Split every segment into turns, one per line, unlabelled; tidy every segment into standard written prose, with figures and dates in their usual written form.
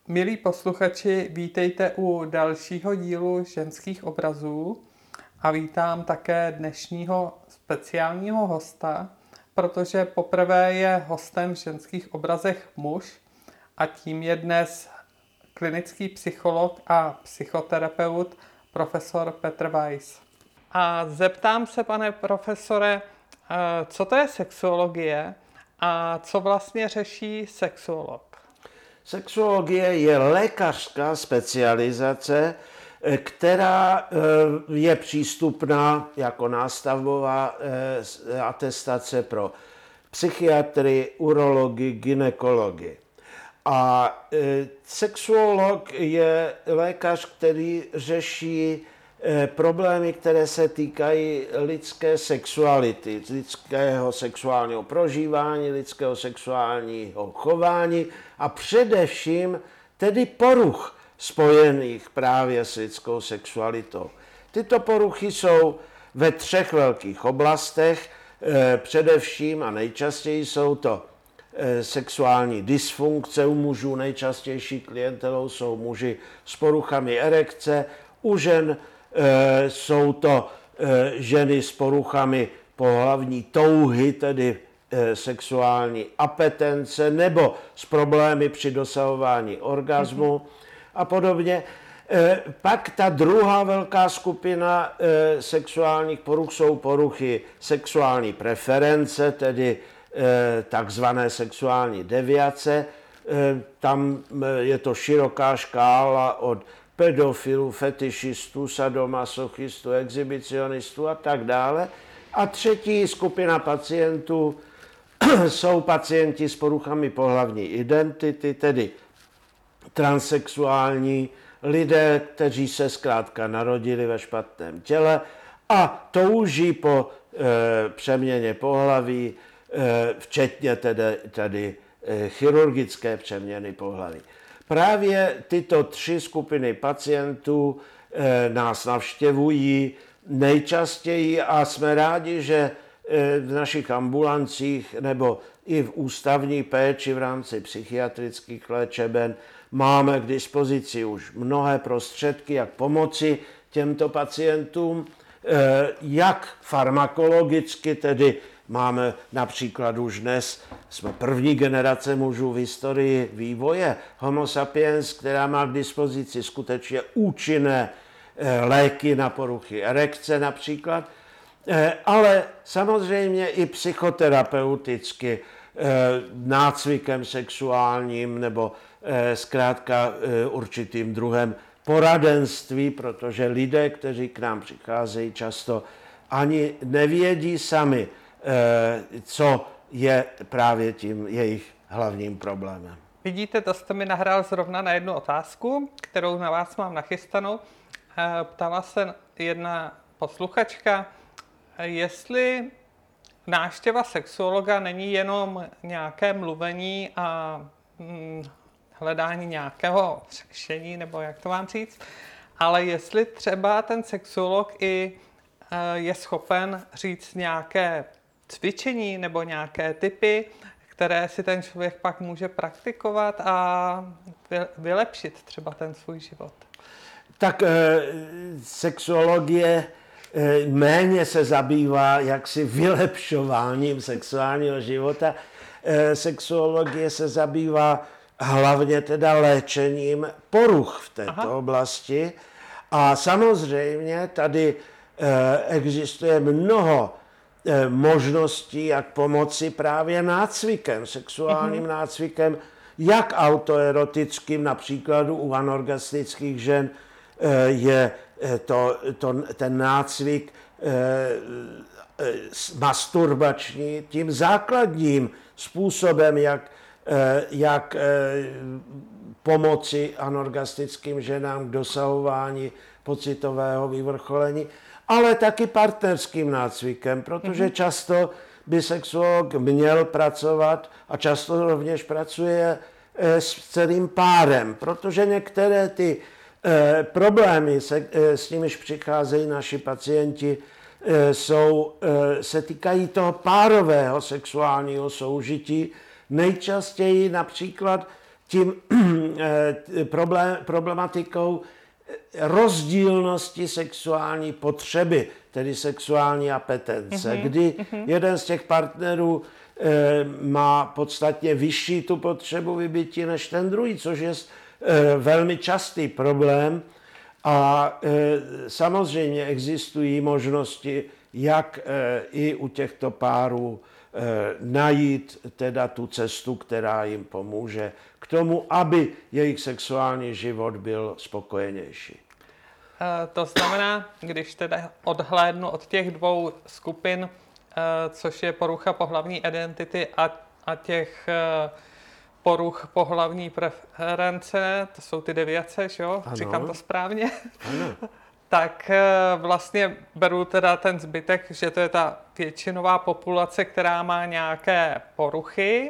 Milí posluchači, vítejte u dalšího dílu ženských obrazů a vítám také dnešního speciálního hosta, protože poprvé je hostem v ženských obrazech muž a tím je dnes klinický psycholog a psychoterapeut profesor Petr Weiss. A zeptám se, pane profesore, co to je sexuologie a co vlastně řeší sexuolog?
Sexuologie je lékařská specializace, která je přístupná jako nástavbová atestace pro psychiatry, urologii, gynekologii. A sexuolog je lékař, který řeší problémy, které se týkají lidské sexuality, lidského sexuálního prožívání, lidského sexuálního chování a především tedy poruch spojených právě s lidskou sexualitou. Tyto poruchy jsou ve 3 velkých oblastech, především a nejčastěji jsou to sexuální dysfunkce u mužů, nejčastější klientelou jsou muži s poruchami erekce, u žen jsou to ženy s poruchami pohlavní touhy, tedy sexuální apetence, nebo s problémy při dosahování orgazmu a podobně. Pak ta druhá velká skupina sexuálních poruch jsou poruchy sexuální preference, tedy takzvané sexuální deviace. Tam je to široká škála od pedofilů, fetišistů, sadomasochistů, exhibicionistů a tak dále. A třetí skupina pacientů jsou pacienti s poruchami pohlavní identity, tedy transsexuální lidé, kteří se zkrátka narodili ve špatném těle a touží po přeměně pohlaví, včetně tedy chirurgické přeměny pohlaví. Právě tyto 3 skupiny pacientů nás navštěvují nejčastěji a jsme rádi, že v našich ambulancích nebo i v ústavní péči v rámci psychiatrických léčeben máme k dispozici už mnohé prostředky, jak pomoci těmto pacientům, jak farmakologicky, tedy máme například už dnes, jsme první generace mužů v historii vývoje Homo sapiens, která má k dispozici skutečně účinné léky na poruchy erekce například, ale samozřejmě i psychoterapeuticky, nácvikem sexuálním nebo zkrátka určitým druhem poradenství, protože lidé, kteří k nám přicházejí, často ani nevědí sami, co je právě tím jejich hlavním problémem.
Vidíte, to jste mi nahrál zrovna na jednu otázku, kterou na vás mám nachystanou. Ptala se jedna posluchačka, jestli návštěva sexuologa není jenom nějaké mluvení a hledání nějakého řešení, nebo jak to mám říct, ale jestli třeba ten sexuolog i je schopen říct nějaké cvičení nebo nějaké typy, které si ten člověk pak může praktikovat a vylepšit třeba ten svůj život.
Tak sexuologie méně se zabývá jaksi vylepšováním sexuálního života. Sexuologie se zabývá hlavně teda léčením poruch v této oblasti. A samozřejmě tady existuje mnoho možností, jak pomoci právě nácvikem, sexuálním nácvikem, jak autoerotickým, například u anorgastických žen je ten nácvik masturbační, tím základním způsobem, jak pomoci anorgastickým ženám k dosahování pocitového vyvrcholení, ale taky partnerským nácvikem, protože často by sexuolog měl pracovat a často rovněž pracuje s celým párem, protože některé ty problémy, s nimiž přicházejí naši pacienti, se týkají toho párového sexuálního soužití, nejčastěji například tím problematikou rozdílnosti sexuální potřeby, tedy sexuální apetence, kdy jeden z těch partnerů má podstatně vyšší tu potřebu vybití než ten druhý, což je velmi častý problém. A samozřejmě existují možnosti, jak i u těchto párů najít teda tu cestu, která jim pomůže k tomu, aby jejich sexuální život byl spokojenější.
To znamená, když teda odhlédnu od těch dvou skupin, což je porucha pohlavní identity a těch poruch pohlavní preference, to jsou ty deviace, že jo?
Ano.
Říkám to správně?
Ano.
Tak vlastně beru teda ten zbytek, že to je ta většinová populace, která má nějaké poruchy.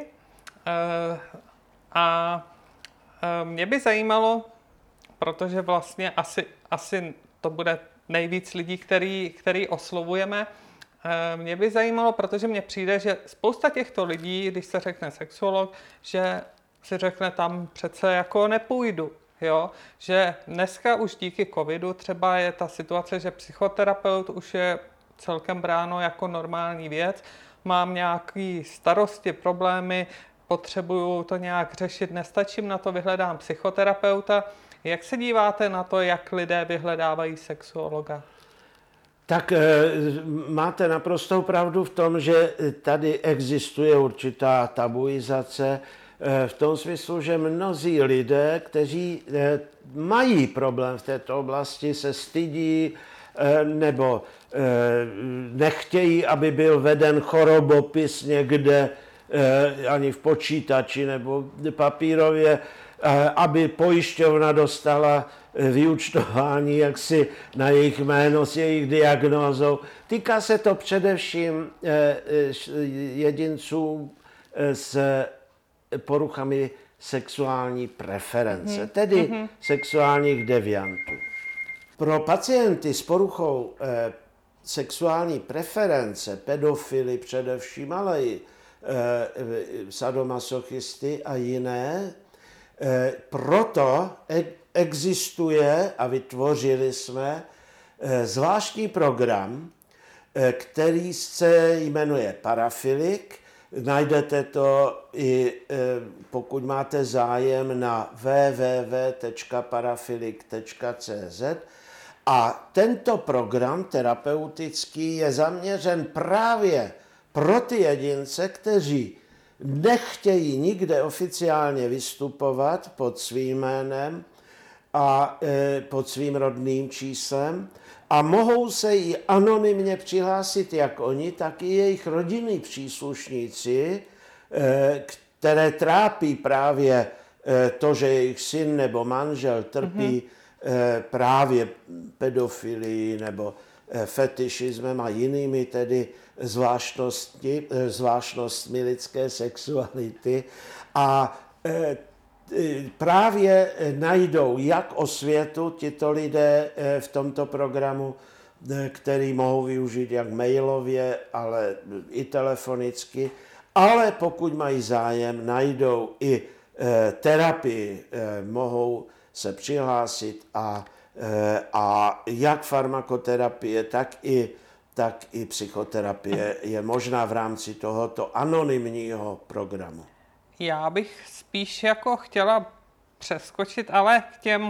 A mě by zajímalo, protože vlastně asi to bude nejvíc lidí, který oslovujeme. Mě by zajímalo, protože mně přijde, že spousta těchto lidí, když se řekne sexuolog, že si řekne, tam přece jako nepůjdu. Jo? Že dneska už díky covidu třeba je ta situace, že psychoterapeut už je celkem bráno jako normální věc. Mám nějaké starosti, problémy, potřebuju to nějak řešit, nestačím na to, vyhledám psychoterapeuta. Jak se díváte na to, jak lidé vyhledávají sexuologa?
Tak máte naprostou pravdu v tom, že tady existuje určitá tabuizace v tom smyslu, že mnozí lidé, kteří mají problém v této oblasti, se stydí nebo nechtějí, aby byl veden chorobopis někde ani v počítači nebo papírově, aby pojišťovna dostala vyúčtování jaksi na jejich jméno s jejich diagnózou. Týká se to především jedinců s poruchami sexuální preference, tedy sexuálních deviantů. Pro pacienty s poruchou sexuální preference, pedofily především, ale i sadomasochisty a jiné, proto existuje a vytvořili jsme zvláštní program, který se jmenuje Parafilik. Najdete to i pokud máte zájem na www.parafilik.cz a tento program terapeutický je zaměřen právě pro ty jedince, kteří nechtějí nikde oficiálně vystupovat pod svým jménem a pod svým rodným číslem a mohou se i anonymně přihlásit jak oni, tak i jejich rodinní příslušníci, které trápí právě to, že jejich syn nebo manžel trpí právě pedofilii nebo fetišismem a jinými tedy zvláštnostmi lidské sexuality a právě najdou jak osvětu tito lidé v tomto programu, který mohou využít jak mailově, ale i telefonicky, ale pokud mají zájem, najdou i terapii, mohou se přihlásit a jak farmakoterapie, tak i psychoterapie je možná v rámci tohoto anonymního programu.
Já bych spíš jako chtěla přeskočit ale k těm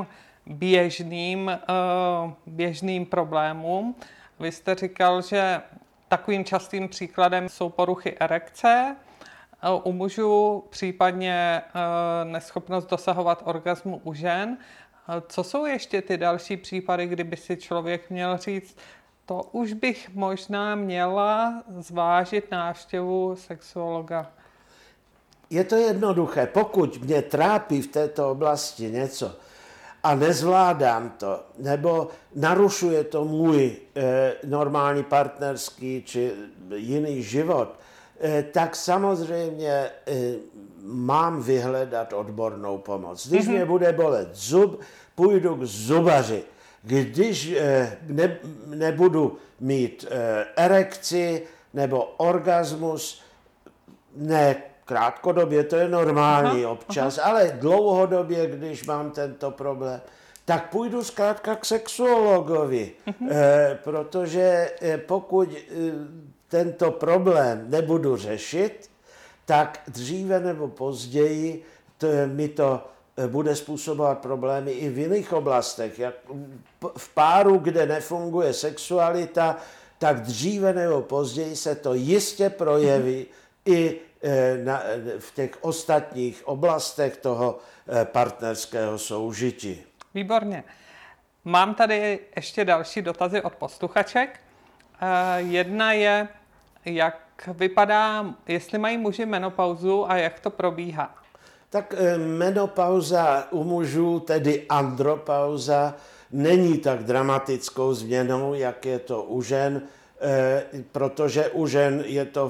běžným problémům. Vy jste říkal, že takovým častým příkladem jsou poruchy erekce u mužů, případně neschopnost dosahovat orgasmu u žen. Co jsou ještě ty další případy, kdyby si člověk měl říct, to už bych možná měla zvážit návštěvu sexuologa?
Je to jednoduché. Pokud mě trápí v této oblasti něco a nezvládám to, nebo narušuje to můj normální partnerský či jiný život, tak samozřejmě mám vyhledat odbornou pomoc. Když mě bude bolet zub, půjdu k zubaři. Když nebudu mít erekci nebo orgasmus, krátkodobě to je normální občas, ale dlouhodobě, když mám tento problém, tak půjdu zkrátka k sexuologovi, protože pokud tento problém nebudu řešit, tak dříve nebo později mi to bude způsobovat problémy i v jiných oblastech. Jak v páru, kde nefunguje sexualita, tak dříve nebo později se to jistě projeví i v těch ostatních oblastech toho partnerského soužití.
Výborně. Mám tady ještě další dotazy od posluchaček. Jedna je, jak vypadá, jestli mají muži menopauzu a jak to probíhá.
Tak menopauza u mužů, tedy andropauza, není tak dramatickou změnou, jak je to u žen, protože u žen je to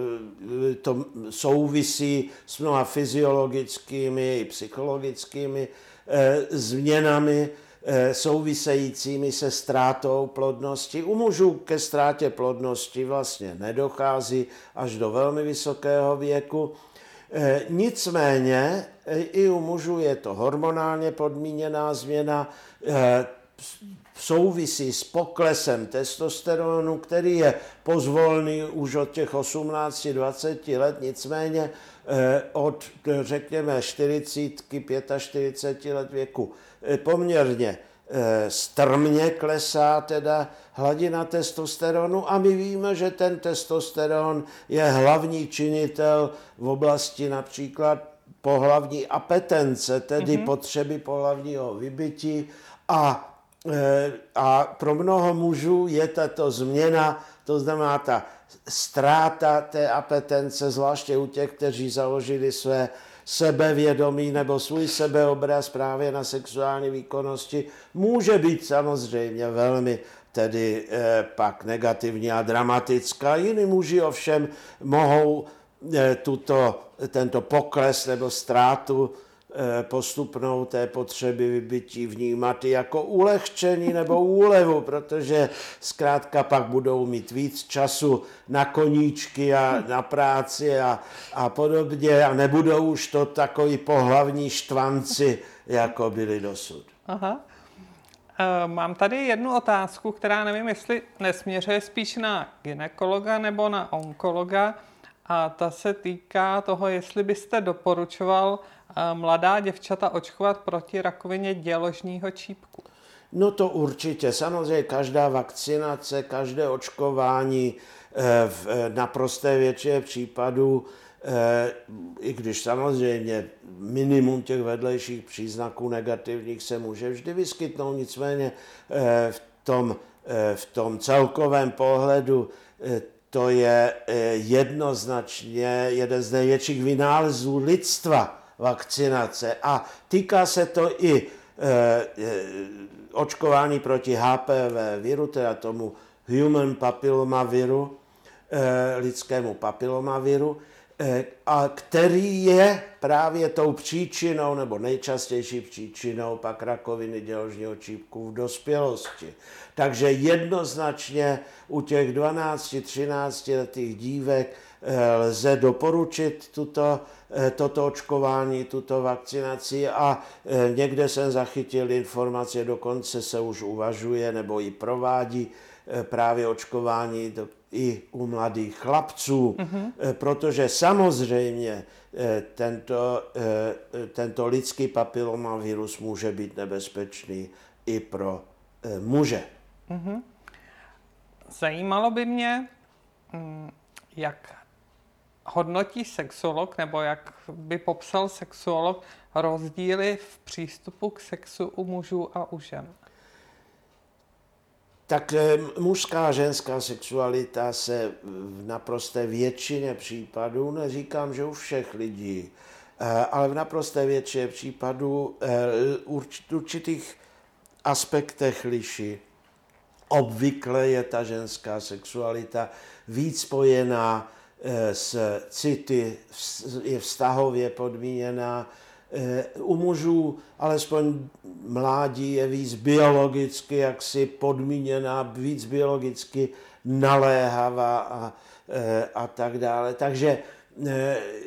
souvisí s mnoha fyziologickými i psychologickými změnami souvisejícími se ztrátou plodnosti. U mužů ke ztrátě plodnosti vlastně nedochází až do velmi vysokého věku. Nicméně i u mužů je to hormonálně podmíněná změna, souvisí s poklesem testosteronu, který je pozvolný už od těch 18-20 let, nicméně od, řekněme, 40, 45 let věku poměrně strmě klesá teda hladina testosteronu a my víme, že ten testosteron je hlavní činitel v oblasti například pohlavní apetence, tedy potřeby pohlavního vybytí a pro mnoho mužů je tato změna, to znamená ta ztráta té apetence, zvláště u těch, kteří založili své sebevědomí nebo svůj sebeobraz právě na sexuální výkonnosti, může být samozřejmě velmi tedy pak negativní a dramatická. Jiní muži ovšem mohou tento pokles nebo ztrátu postupnou té potřeby vybytí vnímat jako ulehčení nebo úlevu, protože zkrátka pak budou mít víc času na koníčky a na práci a podobně a nebudou už to takový pohlavní štvanci, jako byli dosud.
Aha. Mám tady jednu otázku, která nevím, jestli nesměřuje spíš na gynekologa nebo na onkologa. A ta se týká toho, jestli byste doporučoval mladá děvčata očkovat proti rakovině děložního čípku.
No to určitě. Samozřejmě každá vakcinace, každé očkování v naprosté většině případů, i když samozřejmě minimum těch vedlejších příznaků negativních se může vždy vyskytnout, nicméně v tom celkovém pohledu to je jednoznačně jeden z největších vynálezů lidstva, vakcinace. A týká se to i očkování proti HPV viru, teda tomu human papillomaviru, lidskému papilomaviru, a který je právě tou příčinou nebo nejčastější příčinou pak rakoviny děložního čípku v dospělosti. Takže jednoznačně u těch 12-13 letých dívek lze doporučit toto očkování, tuto vakcinaci a někde jsem zachytil informace, dokonce se už uvažuje nebo i provádí právě očkování i u mladých chlapců, protože samozřejmě tento lidský papilomavirus může být nebezpečný i pro muže.
Zajímalo by mě, jak hodnotí sexuolog, nebo jak by popsal sexuolog rozdíly v přístupu k sexu u mužů a u žen.
Tak mužská a ženská sexualita se v naprosté většině případů, neříkám, že u všech lidí, ale v naprosté většině případů v určitých aspektech liší. Obvykle je ta ženská sexualita víc spojená s city, je vztahově podmíněná. U mužů, alespoň mládí, je víc biologicky jaksi podmíněná, víc biologicky naléhavá a tak dále. Takže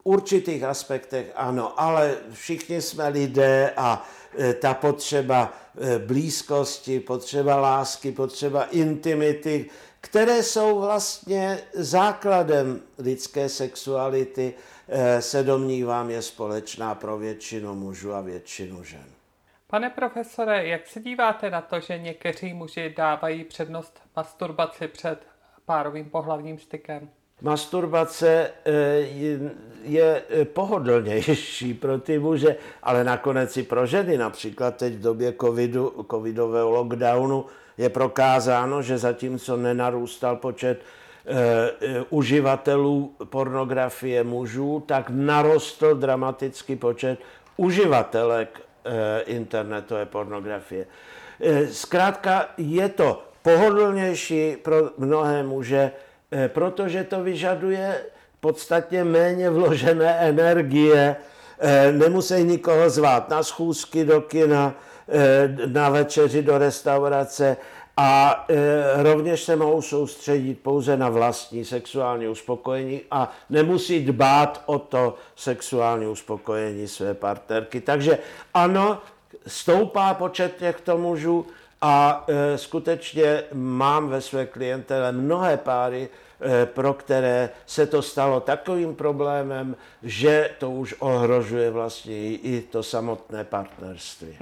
určitých aspektech ano, ale všichni jsme lidé a ta potřeba blízkosti, potřeba lásky, potřeba intimity, které jsou vlastně základem lidské sexuality, se domnívám, je společná pro většinu mužů a většinu žen.
Pane profesore, jak se díváte na to, že někteří muži dávají přednost masturbaci před párovým pohlavním stykem?
Masturbace je pohodlnější pro ty muže, ale nakonec i pro ženy. Například teď v době covidového lockdownu je prokázáno, že zatímco nenarůstal počet uživatelů pornografie mužů, tak narostl dramaticky počet uživatelek internetové pornografie. Zkrátka je to pohodlnější pro mnohé muže, protože to vyžaduje podstatně méně vložené energie, nemusí nikoho zvát na schůzky do kina, na večeři do restaurace a rovněž se mohou soustředit pouze na vlastní sexuální uspokojení a nemusí dbát o to sexuální uspokojení své partnerky. Takže ano, stoupá počet těchto mužů a skutečně mám ve své klientele mnohé páry, pro které se to stalo takovým problémem, že to už ohrožuje vlastně i to samotné partnerství.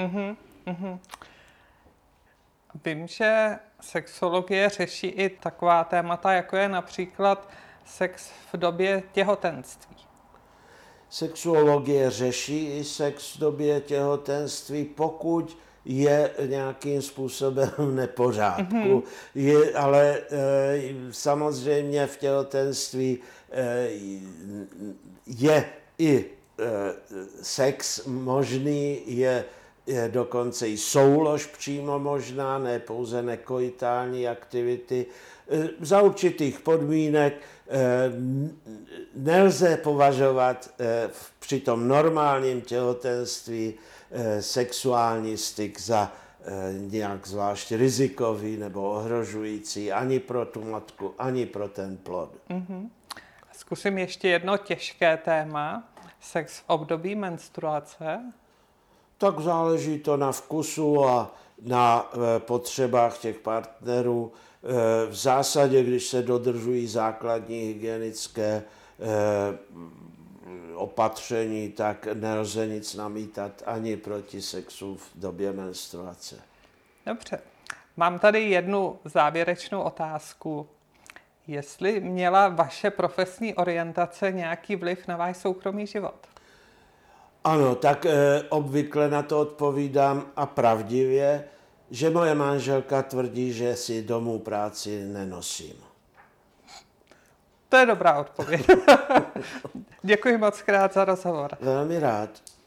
Vím, že sexologie řeší i taková témata, jako je například sex v době těhotenství.
Sexuologie řeší i sex v době těhotenství, pokud je nějakým způsobem v nepořádku. Ale samozřejmě v těhotenství je i sex možný, je dokonce i soulož přímo možná, ne pouze nekoitální aktivity. Za určitých podmínek nelze považovat při tom normálním těhotenství sexuální styk za nějak zvlášť rizikový nebo ohrožující ani pro tu matku, ani pro ten plod.
Zkusím ještě jedno těžké téma. Sex v období menstruace.
Tak záleží to na vkusu a na potřebách těch partnerů. V zásadě, když se dodržují základní hygienické opatření, tak nelze nic namítat ani proti sexu v době menstruace.
Dobře. Mám tady jednu závěrečnou otázku. Jestli měla vaše profesní orientace nějaký vliv na váš soukromý život?
Ano, tak obvykle na to odpovídám a pravdivě, že moje manželka tvrdí, že si domů práci nenosím.
To je dobrá odpověď. Děkuji moc krát za rozhovor.
Velmi rád.